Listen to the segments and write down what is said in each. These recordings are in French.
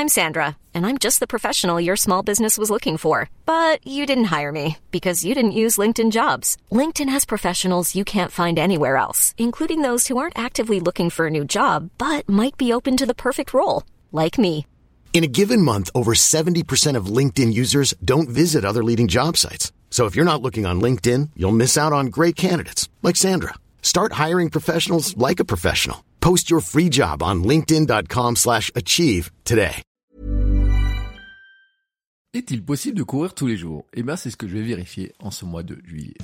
I'm Sandra, and I'm just the professional your small business was looking for. But you didn't hire me because you didn't use LinkedIn Jobs. LinkedIn has professionals you can't find anywhere else, including those who aren't actively looking for a new job, but might be open to the perfect role, like me. In a given month, over 70% of LinkedIn users don't visit other leading job sites. So if you're not looking on LinkedIn, you'll miss out on great candidates like Sandra. Start hiring professionals like a professional. Post your free job on linkedin.com/achieve today. Est-il possible de courir tous les jours ? Eh bien, c'est ce que je vais vérifier en ce mois de juillet.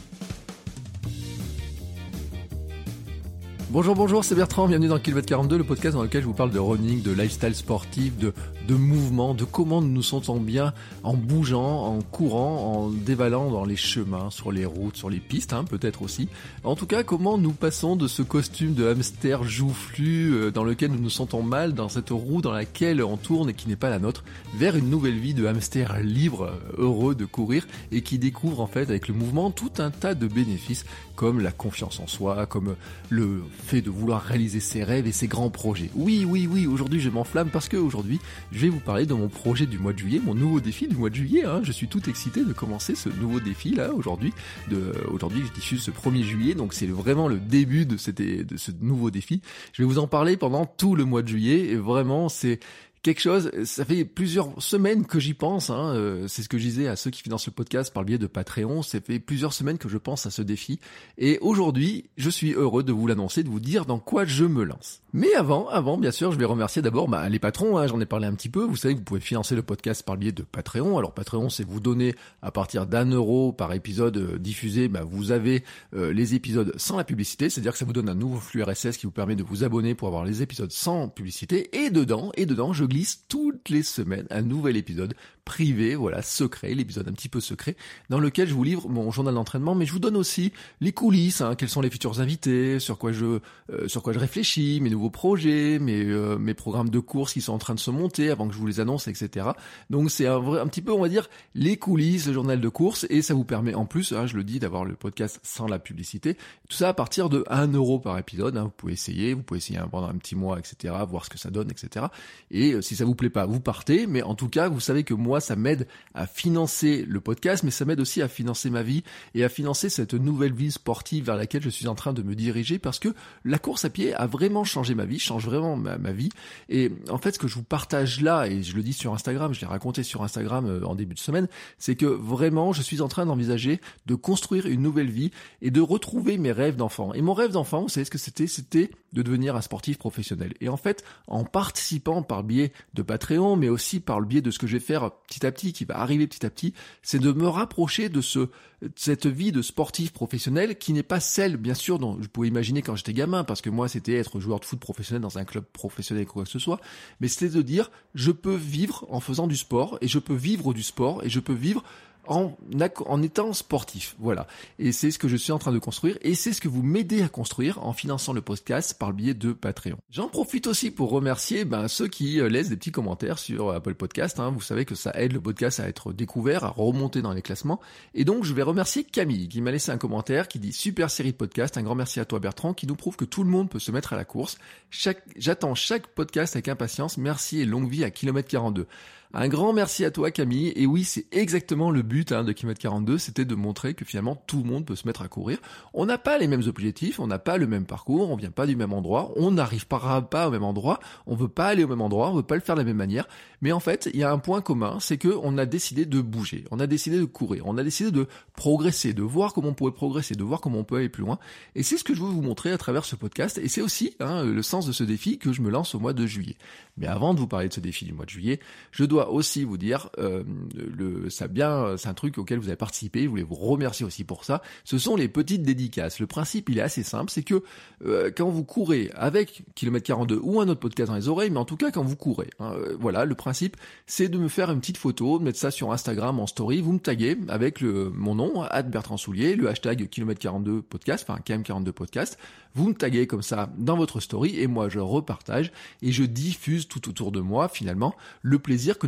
Bonjour, c'est Bertrand, bienvenue dans Kilomètre 42, le podcast dans lequel je vous parle de running, de lifestyle sportif, de mouvement, de comment nous nous sentons bien en bougeant, en courant, en dévalant dans les chemins, sur les routes, sur les pistes, peut-être aussi. En tout cas, comment nous passons de ce costume de hamster joufflu dans lequel nous nous sentons mal, dans cette roue dans laquelle on tourne et qui n'est pas la nôtre, vers une nouvelle vie de hamster libre, heureux de courir et qui découvre en fait avec le mouvement tout un tas de bénéfices comme la confiance en soi, comme le fait de vouloir réaliser ses rêves et ses grands projets. Oui, aujourd'hui je m'enflamme parce que aujourd'hui je vais vous parler de mon projet du mois de juillet, mon nouveau défi du mois de juillet. Je suis tout excité de commencer ce nouveau défi là aujourd'hui. Aujourd'hui je diffuse ce 1er juillet, donc c'est vraiment le début de ce nouveau défi. Je vais vous en parler pendant tout le mois de juillet et vraiment c'est quelque chose, ça fait plusieurs semaines que j'y pense, c'est ce que je disais à ceux qui financent le podcast par le biais de Patreon, ça fait plusieurs semaines que je pense à ce défi, et aujourd'hui, je suis heureux de vous l'annoncer, de vous dire dans quoi je me lance. Mais avant, bien sûr, je vais remercier d'abord les patrons, j'en ai parlé un petit peu, vous savez que vous pouvez financer le podcast par le biais de Patreon. Alors Patreon, c'est vous donner à partir d'€1 par épisode diffusé, vous avez les épisodes sans la publicité, c'est-à-dire que ça vous donne un nouveau flux RSS qui vous permet de vous abonner pour avoir les épisodes sans publicité, et dedans, je glisse toutes les semaines un nouvel épisode privé, secret, l'épisode un petit peu secret, dans lequel je vous livre mon journal d'entraînement, mais je vous donne aussi les coulisses, quels sont les futurs invités, sur quoi je réfléchis, mes nouveaux projets, mes programmes de course qui sont en train de se monter avant que je vous les annonce, etc. Donc c'est un petit peu, on va dire, les coulisses, le journal de course, et ça vous permet en plus, je le dis, d'avoir le podcast sans la publicité. Tout ça à partir de €1 par épisode, vous pouvez essayer pendant un petit mois, etc., voir ce que ça donne, etc. Et si ça vous plaît pas, vous partez, mais en tout cas, vous savez que moi, ça m'aide à financer le podcast, mais ça m'aide aussi à financer ma vie et à financer cette nouvelle vie sportive vers laquelle je suis en train de me diriger, parce que la course à pied a vraiment changé ma vie, change vraiment ma vie. Et en fait, ce que je vous partage là, et je le dis sur Instagram, je l'ai raconté sur Instagram en début de semaine, c'est que vraiment, je suis en train d'envisager de construire une nouvelle vie et de retrouver mes rêves d'enfant. Et mon rêve d'enfant, vous savez ce que c'était ? C'était de devenir un sportif professionnel. Et en fait, en participant par le biais de Patreon, mais aussi par le biais de ce que je vais faire petit à petit, qui va arriver petit à petit, c'est de me rapprocher de cette vie de sportif professionnel qui n'est pas celle, bien sûr, dont je pouvais imaginer quand j'étais gamin, parce que moi, c'était être joueur de foot professionnel dans un club professionnel, quoi que ce soit, mais c'était de dire, je peux vivre en faisant du sport, et je peux vivre du sport, et je peux vivre en étant sportif, voilà. Et c'est ce que je suis en train de construire, et c'est ce que vous m'aidez à construire en finançant le podcast par le biais de Patreon. J'en profite aussi pour remercier ceux qui laissent des petits commentaires sur Apple Podcast. Vous savez que ça aide le podcast à être découvert, à remonter dans les classements. Et donc je vais remercier Camille qui m'a laissé un commentaire qui dit super série de podcasts. Un grand merci à toi Bertrand qui nous prouve que tout le monde peut se mettre à la course. J'attends chaque podcast avec impatience. Merci et longue vie à Kilomètre 42. Un grand merci à toi Camille, et oui c'est exactement le but de Kilomètre 42, c'était de montrer que finalement tout le monde peut se mettre à courir. On n'a pas les mêmes objectifs, on n'a pas le même parcours, on vient pas du même endroit, on n'arrive pas au même endroit, on veut pas aller au même endroit, on veut pas le faire de la même manière, mais en fait il y a un point commun, c'est que on a décidé de bouger, on a décidé de courir, on a décidé de progresser, de voir comment on pourrait progresser, de voir comment on peut aller plus loin, et c'est ce que je veux vous montrer à travers ce podcast, et c'est aussi le sens de ce défi que je me lance au mois de juillet. Mais avant de vous parler de ce défi du mois de juillet, je dois aussi vous dire, c'est un truc auquel vous avez participé, je voulais vous remercier aussi pour ça, ce sont les petites dédicaces. Le principe, il est assez simple, c'est que quand vous courez avec Kilomètre 42 ou un autre podcast dans les oreilles, mais en tout cas quand vous courez, le principe, c'est de me faire une petite photo, de mettre ça sur Instagram en story, vous me taguez avec mon nom, @BertrandSoulier, le hashtag Kilomètre 42 podcast, enfin KM42 podcast, vous me taguez comme ça dans votre story, et moi je repartage, et je diffuse tout autour de moi, finalement, le plaisir que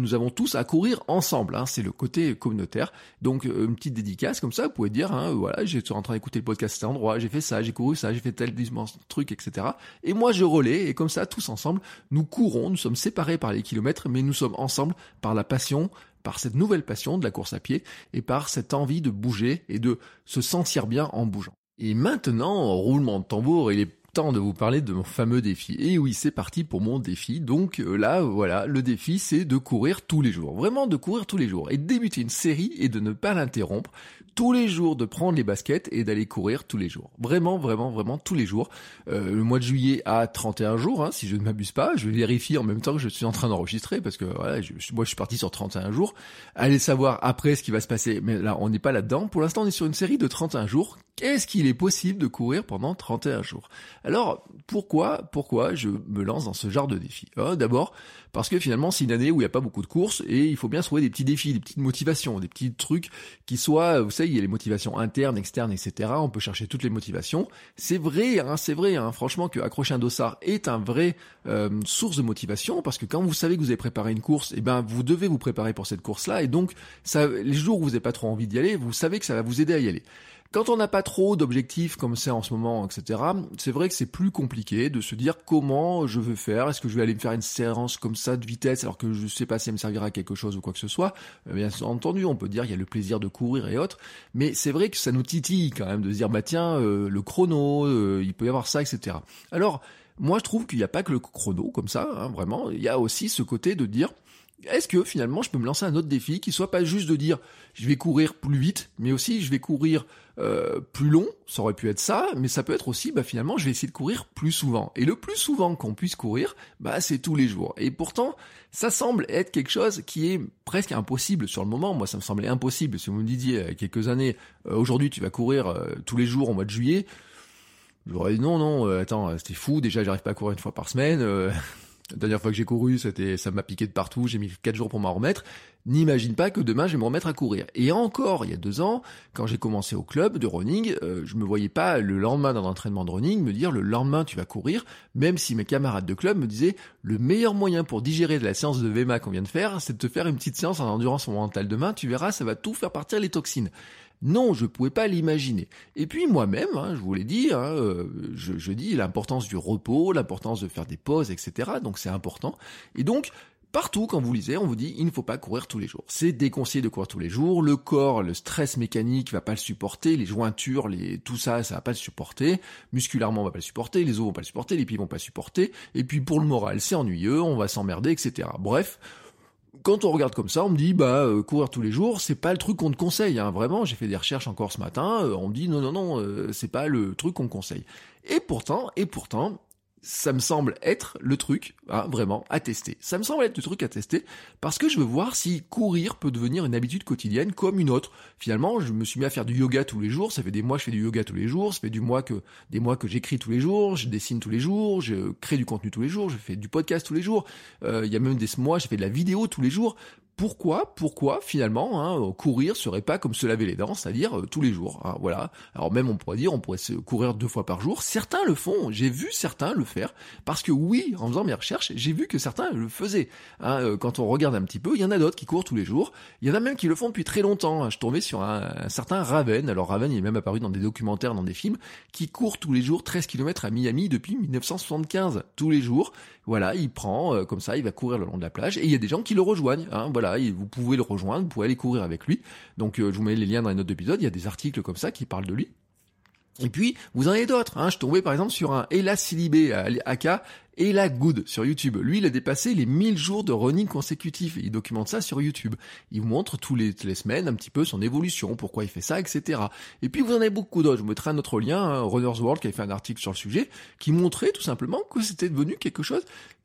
nous avons tous à courir ensemble, hein, c'est le côté communautaire. Donc une petite dédicace comme ça, vous pouvez dire, hein, voilà, j'étais en train d'écouter le podcast à cet endroit, j'ai fait ça, j'ai couru ça, j'ai fait tel truc, etc. Et moi je relais, et comme ça, tous ensemble, nous courons, nous sommes séparés par les kilomètres, mais nous sommes ensemble par la passion, par cette nouvelle passion de la course à pied, et par cette envie de bouger et de se sentir bien en bougeant. Et maintenant, roulement de tambour, il est temps de vous parler de mon fameux défi. Et oui, c'est parti pour mon défi. Donc là, voilà, le défi, c'est de courir tous les jours. Vraiment de courir tous les jours. Et de débuter une série et de ne pas l'interrompre. Tous les jours, de prendre les baskets et d'aller courir tous les jours. Vraiment, vraiment, vraiment tous les jours. Le mois de juillet a 31 jours, hein, si je ne m'abuse pas. Je vais vérifier en même temps que je suis en train d'enregistrer parce que voilà, moi je suis parti sur 31 jours. Allez savoir après ce qui va se passer. Mais là, on n'est pas là-dedans. Pour l'instant, on est sur une série de 31 jours. Qu'est-ce qu'il est possible de courir pendant 31 jours? Alors, pourquoi je me lance dans ce genre de défi? D'abord, parce que finalement, c'est une année où il n'y a pas beaucoup de courses et il faut bien trouver des petits défis, des petites motivations, des petits trucs qui soient, vous savez, il y a les motivations internes, externes, etc. On peut chercher toutes les motivations. C'est vrai, franchement, que accrocher un dossard est un vrai source de motivation parce que quand vous savez que vous avez préparé une course, eh ben, vous devez vous préparer pour cette course-là et donc, ça, les jours où vous n'avez pas trop envie d'y aller, vous savez que ça va vous aider à y aller. Quand on n'a pas trop d'objectifs comme c'est en ce moment, etc., c'est vrai que c'est plus compliqué de se dire comment je veux faire. Est-ce que je vais aller me faire une séance comme ça de vitesse alors que je sais pas si elle me servira à quelque chose ou quoi que ce soit. Bien entendu, on peut dire qu'il y a le plaisir de courir et autres, mais c'est vrai que ça nous titille quand même de se dire bah tiens, le chrono, il peut y avoir ça, etc. Alors, moi je trouve qu'il n'y a pas que le chrono comme ça, hein, vraiment, il y a aussi ce côté de dire est-ce que finalement je peux me lancer un autre défi qui soit pas juste de dire je vais courir plus vite, mais aussi je vais courir plus long, ça aurait pu être ça, mais ça peut être aussi finalement je vais essayer de courir plus souvent. Et le plus souvent qu'on puisse courir, c'est tous les jours. Et pourtant, ça semble être quelque chose qui est presque impossible sur le moment. Moi, ça me semblait impossible. Si vous me disiez il y a quelques années, aujourd'hui tu vas courir tous les jours au mois de juillet, j'aurais dit non, attends, c'était fou, déjà j'arrive pas à courir une fois par semaine. La dernière fois que j'ai couru, ça m'a piqué de partout, j'ai mis 4 jours pour m'en remettre. N'imagine pas que demain je vais me remettre à courir. Et encore, il y a 2 ans, quand j'ai commencé au club de running, je me voyais pas le lendemain d'un entraînement de running me dire le lendemain tu vas courir, même si mes camarades de club me disaient le meilleur moyen pour digérer de la séance de VMA qu'on vient de faire, c'est de te faire une petite séance en endurance mentale demain, tu verras, ça va tout faire partir les toxines. Non, je pouvais pas l'imaginer. Et puis moi-même, je vous l'ai dit, je dis l'importance du repos, l'importance de faire des pauses, etc. Donc c'est important. Et donc, partout quand vous lisez, on vous dit il ne faut pas courir tous les jours. C'est déconseillé de courir tous les jours. Le corps, le stress mécanique va pas le supporter, les jointures, tout ça, ça va pas le supporter. Musculairement, on va pas le supporter, les os vont pas le supporter, les pieds vont pas le supporter. Et puis pour le moral, c'est ennuyeux, on va s'emmerder, etc. Bref. Quand on regarde comme ça, on me dit courir tous les jours, c'est pas le truc qu'on te conseille, hein. Vraiment, j'ai fait des recherches encore ce matin, on me dit non, c'est pas le truc qu'on conseille. Et pourtant, ça me semble être le truc, vraiment, à tester. Ça me semble être le truc à tester, parce que je veux voir si courir peut devenir une habitude quotidienne comme une autre. Finalement, je me suis mis à faire du yoga tous les jours, ça fait des mois que je fais du yoga tous les jours, ça fait des mois que j'écris tous les jours, je dessine tous les jours, je crée du contenu tous les jours, je fais du podcast tous les jours, il y a même des mois, j'ai fait de la vidéo tous les jours. Pourquoi finalement courir serait pas comme se laver les dents, c'est-à-dire tous les jours, voilà. Alors même on pourrait se courir 2 fois par jour. Certains le font, j'ai vu certains le faire, parce que oui, en faisant mes recherches, j'ai vu que certains le faisaient. Quand on regarde un petit peu, il y en a d'autres qui courent tous les jours. Il y en a même qui le font depuis très longtemps. Je tombais sur un certain Raven. Alors Raven, il est même apparu dans des documentaires, dans des films, qui court tous les jours 13 km à Miami depuis 1975, tous les jours. Voilà, il prend comme ça, il va courir le long de la plage, et il y a des gens qui le rejoignent. Voilà, vous pouvez le rejoindre, vous pouvez aller courir avec lui. Donc je vous mets les liens dans les notes d'épisode, il y a des articles comme ça qui parlent de lui. Et puis, vous en avez d'autres. Je tombais par exemple sur un Ela Silibé, aka Ela Good sur YouTube. Lui, il a dépassé les 1000 jours de running consécutifs. Il documente ça sur YouTube. Il vous montre toutes les semaines un petit peu son évolution, pourquoi il fait ça, etc. Et puis, vous en avez beaucoup d'autres. Je vous mettrai un autre lien, Runner's World, qui avait fait un article sur le sujet, qui montrait tout simplement que c'était devenu quelque chose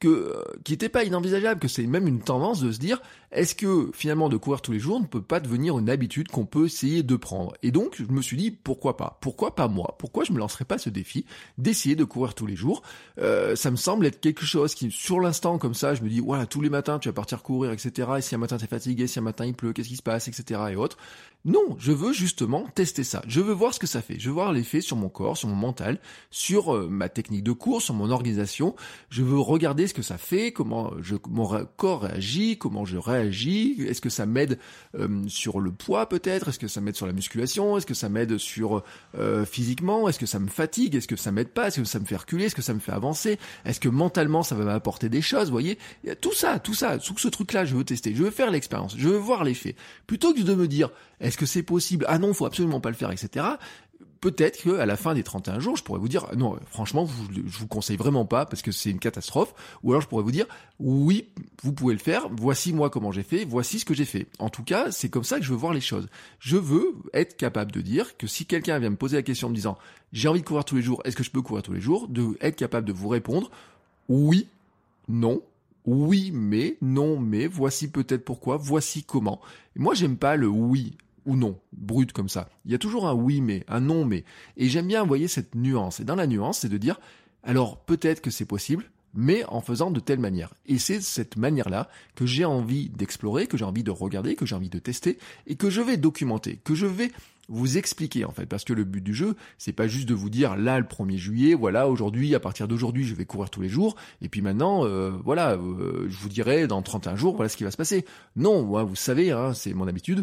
qui était pas inenvisageable, que c'est même une tendance de se dire, est-ce que finalement de courir tous les jours ne peut pas devenir une habitude qu'on peut essayer de prendre? Et donc, je me suis dit, pourquoi pas moi? Pourquoi je me lancerais pas ce défi d'essayer de courir tous les jours? Ça me semble être quelque chose qui, sur l'instant, comme ça, je me dis, voilà, tous les matins, tu vas partir courir, etc. Et si un matin t'es fatigué, si un matin il pleut, qu'est-ce qui se passe, etc. et autres. Non, je veux justement tester ça. Je veux voir ce que ça fait. Je veux voir l'effet sur mon corps, sur mon mental, sur ma technique de course, sur mon organisation. Je veux regarder ce que ça fait, comment mon corps réagit, comment je réagis. Est-ce que ça m'aide sur le poids peut-être? Est-ce que ça m'aide sur la musculation? Est-ce que ça m'aide sur physiquement? Est-ce que ça me fatigue? Est-ce que ça m'aide pas? Est-ce que ça me fait reculer? Est-ce que ça me fait avancer? Est-ce que mentalement ça va m'apporter des choses? Vous voyez, tout ça, tout ce truc-là, je veux tester. Je veux faire l'expérience. Je veux voir l'effet. Plutôt que de me dire est-ce que c'est possible? Ah non, faut absolument pas le faire, etc. Peut-être qu'à la fin des 31 jours, je pourrais vous dire non, franchement, je vous conseille vraiment pas parce que c'est une catastrophe. Ou alors je pourrais vous dire oui, vous pouvez le faire. Voici moi comment j'ai fait. Voici ce que j'ai fait. En tout cas, c'est comme ça que je veux voir les choses. Je veux être capable de dire que si quelqu'un vient me poser la question en me disant j'ai envie de courir tous les jours, est-ce que je peux courir tous les jours? De être capable de vous répondre oui, non. Oui, mais, non, mais, voici peut-être pourquoi, voici comment. Et moi, j'aime pas le oui ou non, brut comme ça. Il y a toujours un oui, mais, un non, mais. Et j'aime bien envoyer cette nuance. Et dans la nuance, c'est de dire, alors, peut-être que c'est possible, mais en faisant de telle manière. Et c'est cette manière-là que j'ai envie d'explorer, que j'ai envie de regarder, que j'ai envie de tester, et que je vais documenter, que je vais vous expliquer en fait, parce que le but du jeu, c'est pas juste de vous dire là le 1er juillet, voilà, aujourd'hui, à partir d'aujourd'hui, je vais courir tous les jours, et puis maintenant, je vous dirai dans 31 jours, voilà ce qui va se passer. Non, moi, vous savez, c'est mon habitude.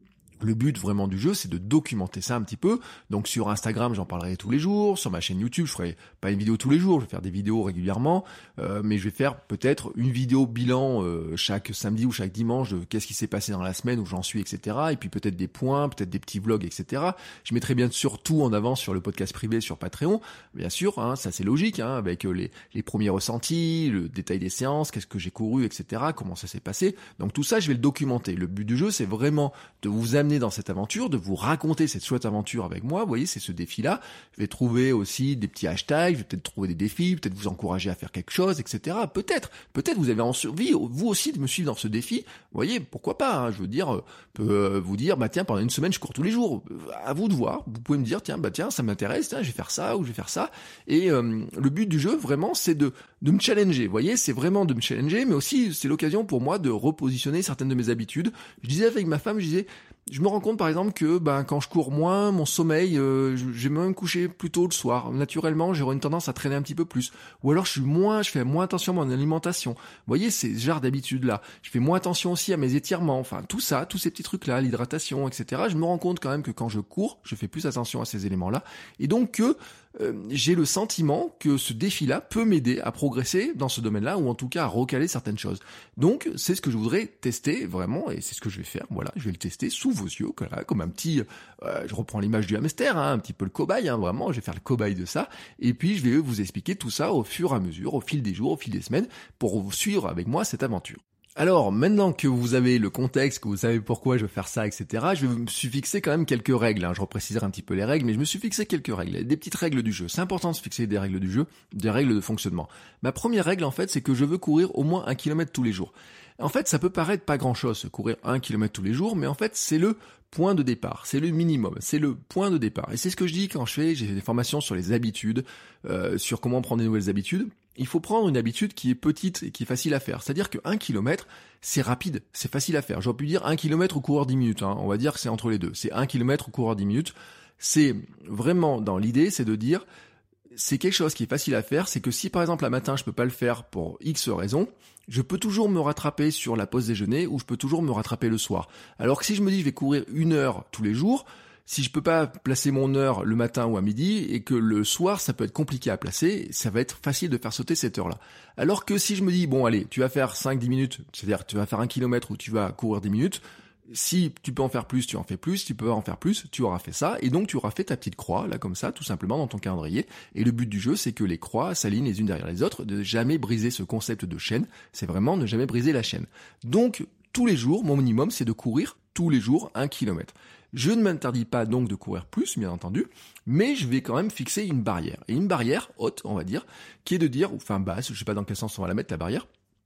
Le but vraiment du jeu, c'est de documenter ça un petit peu. Donc sur Instagram, j'en parlerai tous les jours. Sur ma chaîne YouTube, je ferai pas une vidéo tous les jours, je vais faire des vidéos régulièrement. Mais je vais faire peut-être une vidéo bilan chaque samedi ou chaque dimanche de qu'est-ce qui s'est passé dans la semaine, où j'en suis, etc. Et puis peut-être des points, peut-être des petits vlogs, etc. Je mettrai bien sûr tout en avant sur le podcast privé sur Patreon. Bien sûr, ça c'est logique, avec les premiers ressentis, le détail des séances, qu'est-ce que j'ai couru, etc. Comment ça s'est passé. Donc tout ça, je vais le documenter. Le but du jeu, c'est vraiment de vous amener dans cette aventure, de vous raconter cette chouette aventure avec moi. Vous voyez, c'est ce défi-là. Je vais trouver aussi des petits hashtags, je vais peut-être trouver des défis, peut-être vous encourager à faire quelque chose, etc. Peut-être vous avez envie, vous aussi, de me suivre dans ce défi. Vous voyez, pourquoi pas, je veux dire, vous dire, tiens, pendant une semaine, je cours tous les jours. À vous de voir. Vous pouvez me dire, tiens, ça m'intéresse, tiens, je vais faire ça ou je vais faire ça. Et le but du jeu, vraiment, c'est de me challenger. Vous voyez, c'est vraiment de me challenger, mais aussi, c'est l'occasion pour moi de repositionner certaines de mes habitudes. Je disais avec ma femme, je me rends compte par exemple que quand je cours moins, mon sommeil, je vais même me coucher plus tôt le soir. Naturellement, j'aurai une tendance à traîner un petit peu plus. Ou alors je fais moins attention à mon alimentation. Vous voyez, c'est ce genre d'habitude-là. Je fais moins attention aussi à mes étirements. Enfin, tout ça, tous ces petits trucs-là, l'hydratation, etc. Je me rends compte quand même que quand je cours, je fais plus attention à ces éléments-là. Et donc que j'ai le sentiment que ce défi-là peut m'aider à progresser dans ce domaine-là, ou en tout cas à recaler certaines choses. Donc, c'est ce que je voudrais tester vraiment, et c'est ce que je vais faire. Voilà, je vais le tester sous vos yeux, comme un petit, je reprends l'image du hamster, un petit peu le cobaye, vraiment, je vais faire le cobaye de ça, et puis je vais vous expliquer tout ça au fur et à mesure, au fil des jours, au fil des semaines, pour vous suivre avec moi cette aventure. Alors, maintenant que vous avez le contexte, que vous savez pourquoi je veux faire ça, etc., je me suis fixé quand même quelques règles. Je repréciserai un petit peu les règles, mais je me suis fixé quelques règles, des petites règles du jeu. C'est important de se fixer des règles du jeu, des règles de fonctionnement. Ma première règle, en fait, c'est que je veux courir au moins 1 kilomètre tous les jours. En fait, ça peut paraître pas grand-chose, courir 1 kilomètre tous les jours, mais en fait, c'est le point de départ, c'est le minimum, c'est le point de départ. Et c'est ce que je dis quand j'ai des formations sur les habitudes, sur comment prendre des nouvelles habitudes. Il faut prendre une habitude qui est petite et qui est facile à faire. C'est-à-dire que 1 kilomètre, c'est rapide, c'est facile à faire. J'aurais pu dire 1 kilomètre au coureur 10 minutes. On va dire que c'est entre les deux. C'est 1 kilomètre au coureur 10 minutes. C'est vraiment, dans l'idée, c'est de dire, c'est quelque chose qui est facile à faire. C'est que si par exemple, un matin, je peux pas le faire pour X raisons, je peux toujours me rattraper sur la pause déjeuner ou je peux toujours me rattraper le soir. Alors que si je me dis, je vais courir 1 heure tous les jours, si je peux pas placer mon heure le matin ou à midi et que le soir ça peut être compliqué à placer, ça va être facile de faire sauter cette heure-là. Alors que si je me dis, bon allez, tu vas faire 5-10 minutes, c'est-à-dire tu vas faire 1 kilomètre ou tu vas courir 10 minutes, si tu peux en faire plus, tu en fais plus, si tu peux en faire plus, tu auras fait ça, et donc tu auras fait ta petite croix, là comme ça, tout simplement dans ton calendrier. Et le but du jeu, c'est que les croix s'alignent les unes derrière les autres, de jamais briser ce concept de chaîne, c'est vraiment ne jamais briser la chaîne. Donc, tous les jours, mon minimum, c'est de courir tous les jours 1 kilomètre. Je ne m'interdis pas donc de courir plus, bien entendu, mais je vais quand même fixer une barrière. Et une barrière haute, on va dire, qui est de dire, enfin basse, je sais pas dans quel sens on va la mettre, la barrière,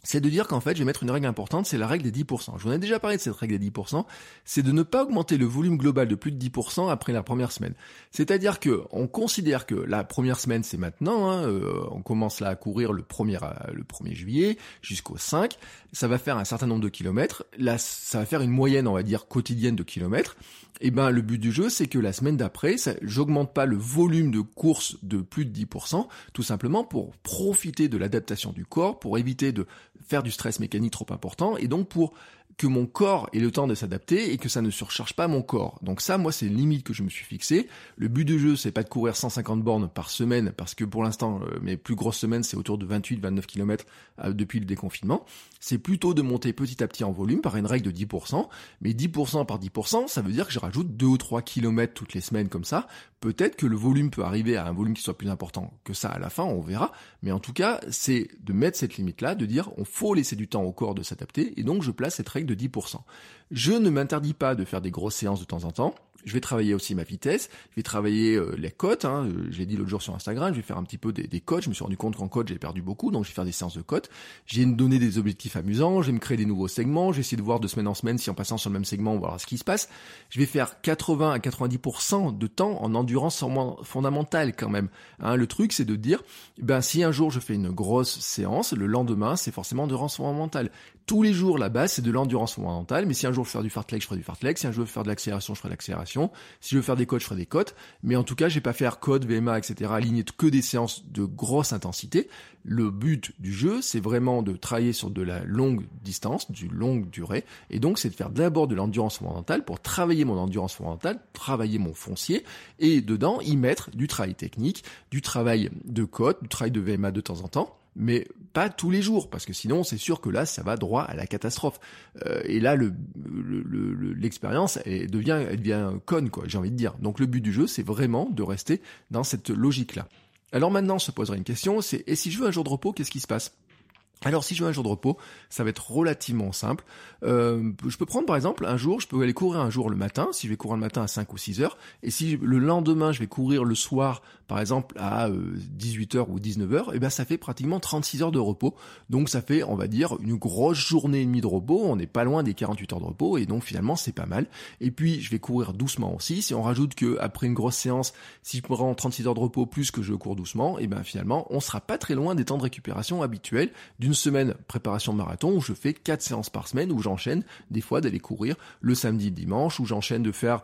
c'est de dire qu'en fait, je vais mettre une règle importante, c'est la règle des 10%. Je vous en ai déjà parlé de cette règle des 10%, c'est de ne pas augmenter le volume global de plus de 10% après la première semaine. C'est-à-dire que on considère que la première semaine, c'est maintenant, on commence là à courir le 1er juillet jusqu'au 5, ça va faire un certain nombre de kilomètres, là, ça va faire une moyenne, on va dire, quotidienne de kilomètres. Et ben, le but du jeu, c'est que la semaine d'après, j'augmente pas le volume de course de plus de 10%, tout simplement pour profiter de l'adaptation du corps, pour éviter de faire du stress mécanique trop important, et donc pour que mon corps ait le temps de s'adapter et que ça ne surcharge pas mon corps. Donc ça, moi, c'est une limite que je me suis fixée. Le but du jeu, c'est pas de courir 150 bornes par semaine, parce que pour l'instant, mes plus grosses semaines, c'est autour de 28-29 km depuis le déconfinement. C'est plutôt de monter petit à petit en volume par une règle de 10%. Mais 10% par 10%, ça veut dire que je rajoute 2 ou 3 km toutes les semaines comme ça. Peut-être que le volume peut arriver à un volume qui soit plus important que ça à la fin, on verra. Mais en tout cas, c'est de mettre cette limite-là, de dire on faut laisser du temps au corps de s'adapter, et donc je place cette règle de 10%. Je ne m'interdis pas de faire des grosses séances de temps en temps. Je vais travailler aussi ma vitesse, je vais travailler les côtes, je l'ai dit l'autre jour sur Instagram, je vais faire un petit peu des côtes, je me suis rendu compte qu'en côte j'ai perdu beaucoup, donc je vais faire des séances de côtes. J'ai donné des objectifs amusants, je vais me créer des nouveaux segments, je vais essayer de voir de semaine en semaine si en passant sur le même segment on va voir ce qui se passe. Je vais faire 80 à 90% de temps en endurance fondamentale quand même. Le truc c'est de dire, si un jour je fais une grosse séance, le lendemain c'est forcément endurance fondamentale. Tous les jours, la base, c'est de l'endurance fondamentale, mais si un jour je veux faire du fartlek, je ferai du fartlek, si un jour je veux faire de l'accélération, je ferai de l'accélération, si je veux faire des côtes, je ferai des côtes, mais en tout cas, je vais pas faire côte, VMA, etc., aligner que des séances de grosse intensité. Le but du jeu, c'est vraiment de travailler sur de la longue distance, du longue durée, et donc c'est de faire d'abord de l'endurance fondamentale pour travailler mon endurance fondamentale, travailler mon foncier, et dedans, y mettre du travail technique, du travail de côte, du travail de VMA de temps en temps, mais pas tous les jours, parce que sinon c'est sûr que là ça va droit à la catastrophe. Et là l'expérience elle devient conne, quoi, j'ai envie de dire. Donc le but du jeu c'est vraiment de rester dans cette logique-là. Alors maintenant se poserait une question, c'est et si je veux un jour de repos, qu'est-ce qui se passe ? Alors si je veux un jour de repos, ça va être relativement simple. Je peux prendre par exemple un jour, je peux aller courir un jour le matin, si je vais courir le matin à 5 ou 6 heures, et si le lendemain je vais courir le soir, par exemple à 18h ou 19h, et ben ça fait pratiquement 36 heures de repos. Donc ça fait, on va dire, une grosse journée et demie de repos, on n'est pas loin des 48 heures de repos, et donc finalement c'est pas mal. Et puis je vais courir doucement aussi, si on rajoute que après une grosse séance, si je prends 36 heures de repos plus que je cours doucement, et ben finalement on sera pas très loin des temps de récupération habituels d'une semaine préparation de marathon où je fais 4 séances par semaine, où j'enchaîne des fois d'aller courir le samedi, le dimanche, où j'enchaîne de faire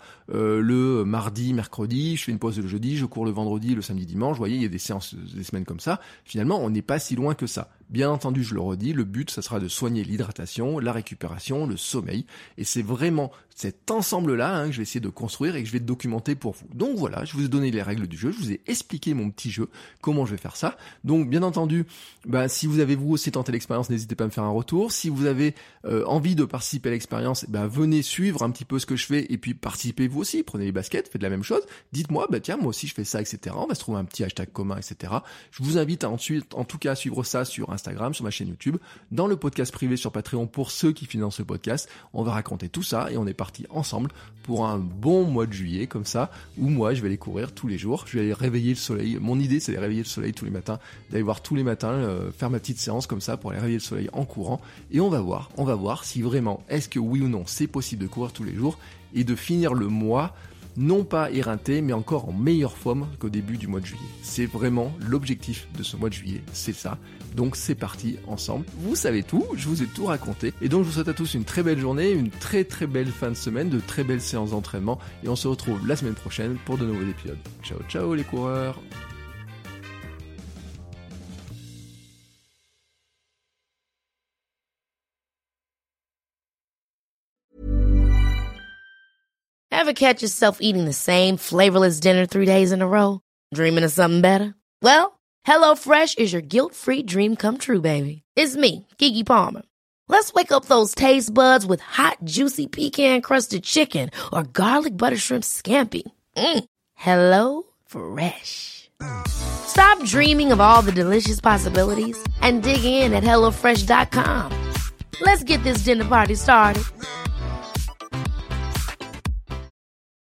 le mardi, mercredi, je fais une pause le jeudi, je cours le vendredi, le samedi, dimanche. Vous voyez, il y a des séances, des semaines comme ça. Finalement, on n'est pas si loin que ça. Bien entendu, je le redis, le but, ça sera de soigner l'hydratation, la récupération, le sommeil. Et c'est vraiment cet ensemble-là que je vais essayer de construire et que je vais documenter pour vous. Donc voilà, je vous ai donné les règles du jeu, je vous ai expliqué mon petit jeu, comment je vais faire ça. Donc bien entendu, si vous avez vous aussi tenté l'expérience, n'hésitez pas à me faire un retour. Si vous avez envie de participer à l'expérience, venez suivre un petit peu ce que je fais et puis participez vous aussi. Prenez les baskets, faites la même chose. Dites-moi, tiens, moi aussi je fais ça, etc. On va se trouver un petit hashtag commun, etc. Je vous invite ensuite, en tout cas, à suivre ça sur Instagram, sur ma chaîne YouTube, dans le podcast privé sur Patreon pour ceux qui financent le podcast. On va raconter tout ça et on est parti ensemble pour un bon mois de juillet comme ça, où moi je vais aller courir tous les jours, je vais aller réveiller le soleil. Mon idée c'est d'aller réveiller le soleil tous les matins, d'aller voir tous les matins, faire ma petite séance comme ça pour aller réveiller le soleil en courant, et on va voir si vraiment, est-ce que oui ou non c'est possible de courir tous les jours et de finir le mois non pas éreinté, mais encore en meilleure forme qu'au début du mois de juillet. C'est vraiment l'objectif de ce mois de juillet, c'est ça. Donc c'est parti ensemble. Vous savez tout, je vous ai tout raconté. Et donc je vous souhaite à tous une très belle journée, une très très belle fin de semaine, de très belles séances d'entraînement. Et on se retrouve la semaine prochaine pour de nouveaux épisodes. Ciao ciao les coureurs! Ever catch yourself eating the same flavorless dinner 3 days in a row? Dreaming of something better? Well, HelloFresh is your guilt-free dream come true, baby. It's me, Keke Palmer. Let's wake up those taste buds with hot, juicy pecan-crusted chicken or garlic butter shrimp scampi. Hello Fresh. Stop dreaming of all the delicious possibilities and dig in at HelloFresh.com. Let's get this dinner party started.